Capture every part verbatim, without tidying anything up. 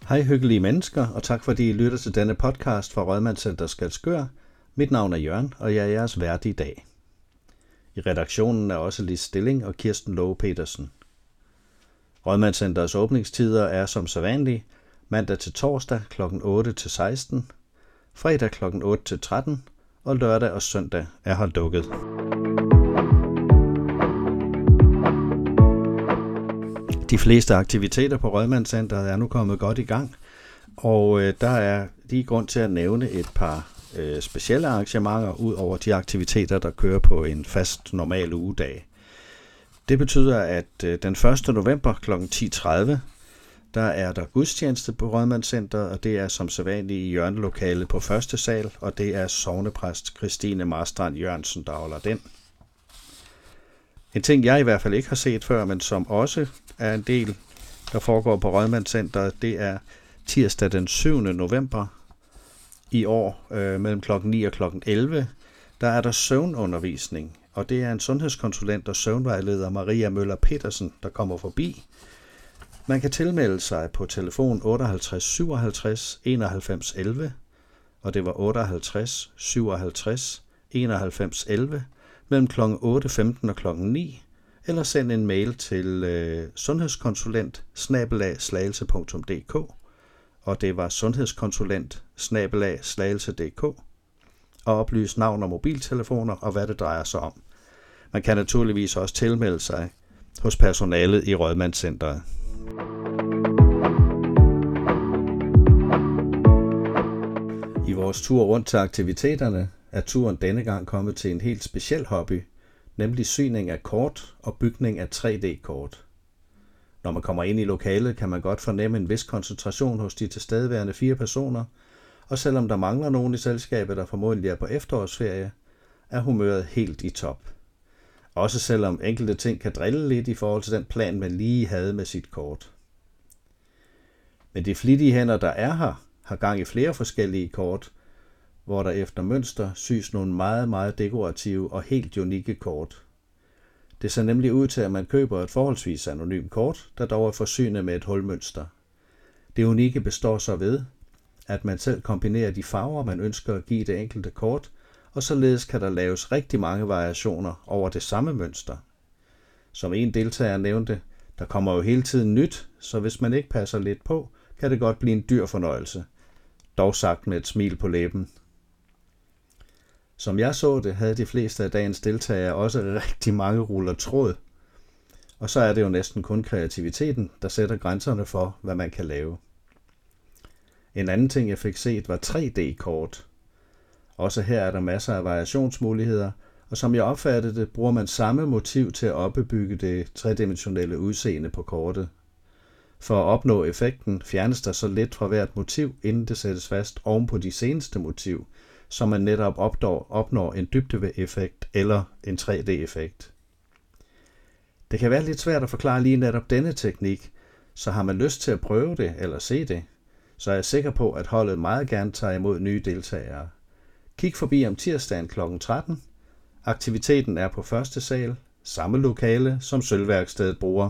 Hej hyggelige mennesker, og tak fordi I lytter til denne podcast fra Rådmandscenter Skælskør. Mit navn er Jørgen, og jeg er jeres vært i dag. I redaktionen er også Lis Stilling og Kirsten Lowe Petersen. Rådmandscenterets åbningstider er som sædvanlig mandag til torsdag klokken otte til seksten, fredag klokken otte til tretten og lørdag og søndag er her lukket. De fleste aktiviteter på Rådmandscenteret er nu kommet godt i gang, og øh, der er lige grund til at nævne et par øh, specielle arrangementer ud over de aktiviteter, der kører på en fast normal ugedag. Det betyder, at øh, den første november klokken ti tredive, der er der gudstjeneste på Rådmandscenteret, og det er som sædvanligt i hjørnelokalet på første sal, og det er sognepræst Christine Marstrand Jørgensen, der holder den. En ting, jeg i hvert fald ikke har set før, men som også er en del, der foregår på Rådmandscenteret, det er tirsdag den syvende november i år øh, mellem klokken ni og klokken elleve. Der er der søvnundervisning, og det er en sundhedskonsulent og søvnvejleder, Maria Møller Petersen, der kommer forbi. Man kan tilmelde sig på telefon otteoghalvtreds syvoghalvtreds enoghalvfems elleve, og det var otteoghalvtreds syvoghalvtreds enoghalvfems elleve, mellem klokken otte femten og klokken ni, eller send en mail til øh, sundhedskonsulent snabel-a slagelse punktum d k, og det var sundhedskonsulent snabel-a slagelse punktum d k, og oplys navn og mobiltelefoner og hvad det drejer sig om. Man kan naturligvis også tilmelde sig hos personalet i Rådmandscenteret. I vores tur rundt til aktiviteterne er turen denne gang kommet til en helt speciel hobby, nemlig syning af kort og bygning af tre D-kort. Når man kommer ind i lokalet, kan man godt fornemme en vis koncentration hos de tilstedeværende fire personer, og selvom der mangler nogen i selskabet, der formodentlig er på efterårsferie, er humøret helt i top. Også selvom enkelte ting kan drille lidt i forhold til den plan, man lige havde med sit kort. Men de flittige hænder, der er her, har gang i flere forskellige kort, hvor der efter mønster sys nogle meget, meget dekorative og helt unikke kort. Det ser nemlig ud til, at man køber et forholdsvis anonymt kort, der dog er forsynet med et hulmønster. Det unikke består så ved, at man selv kombinerer de farver, man ønsker at give det enkelte kort, og således kan der laves rigtig mange variationer over det samme mønster. Som en deltager nævnte, der kommer jo hele tiden nyt, så hvis man ikke passer lidt på, kan det godt blive en dyr fornøjelse. Dog sagt med et smil på læben. Som jeg så det, havde de fleste af dagens deltagere også rigtig mange ruller tråd. Og så er det jo næsten kun kreativiteten, der sætter grænserne for, hvad man kan lave. En anden ting, jeg fik set, var tre D-kort. Også her er der masser af variationsmuligheder, og som jeg opfattede det, bruger man samme motiv til at opbygge det tredimensionelle udseende på kortet. For at opnå effekten fjernes der så lidt fra hvert motiv, inden det sættes fast oven på de seneste motiv, så man netop opnår, opnår en dybde-effekt eller en tre D-effekt. Det kan være lidt svært at forklare lige netop denne teknik, så har man lyst til at prøve det eller se det, så er jeg sikker på, at holdet meget gerne tager imod nye deltagere. Kig forbi om tirsdagen klokken tretten. Aktiviteten er på første sal, samme lokale som Sølvværkstedet bruger.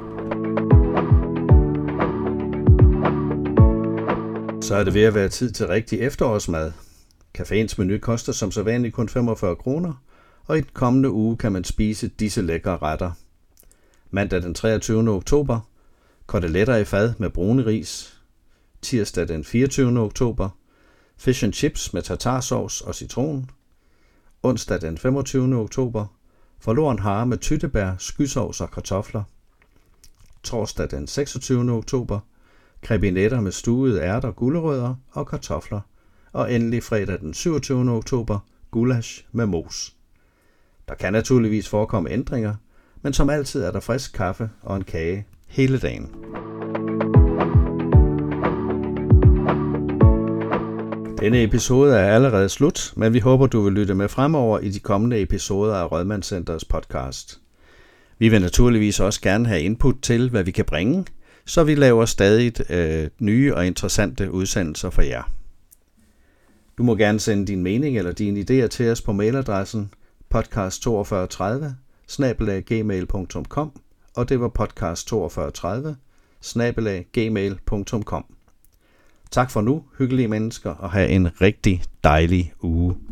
Så er det ved at være tid til rigtig efterårsmad. Caféens menu koster som sædvanligt kun femogfyrre kroner, og i den kommende uge kan man spise disse lækre retter. Mandag den treogtyvende oktober, koteletter i fad med brune ris. Tirsdag den fireogtyvende oktober, fish and chips med tartarsauce og citron. Onsdag den femogtyvende oktober, forloren hare med tyttebær, skysovs og kartofler. Torsdag den seksogtyvende oktober, krebinetter med stuede ærter, gulerødder og kartofler. Og endelig fredag den syvogtyvende oktober, gulasch med mos. Der kan naturligvis forekomme ændringer, men som altid er der frisk kaffe og en kage hele dagen. Denne episode er allerede slut, men vi håber, du vil lytte med fremover i de kommende episoder af Rådmandscenterets podcast. Vi vil naturligvis også gerne have input til, hvad vi kan bringe, så vi laver stadig øh, nye og interessante udsendelser for jer. Du må gerne sende din mening eller dine idéer til os på mailadressen podcast to fire tre tredive snabel-a gmail punktum com, og det var podcast to fire tre tredive snabel-a gmail punktum com. Tak for nu, hyggelige mennesker, og have en rigtig dejlig uge.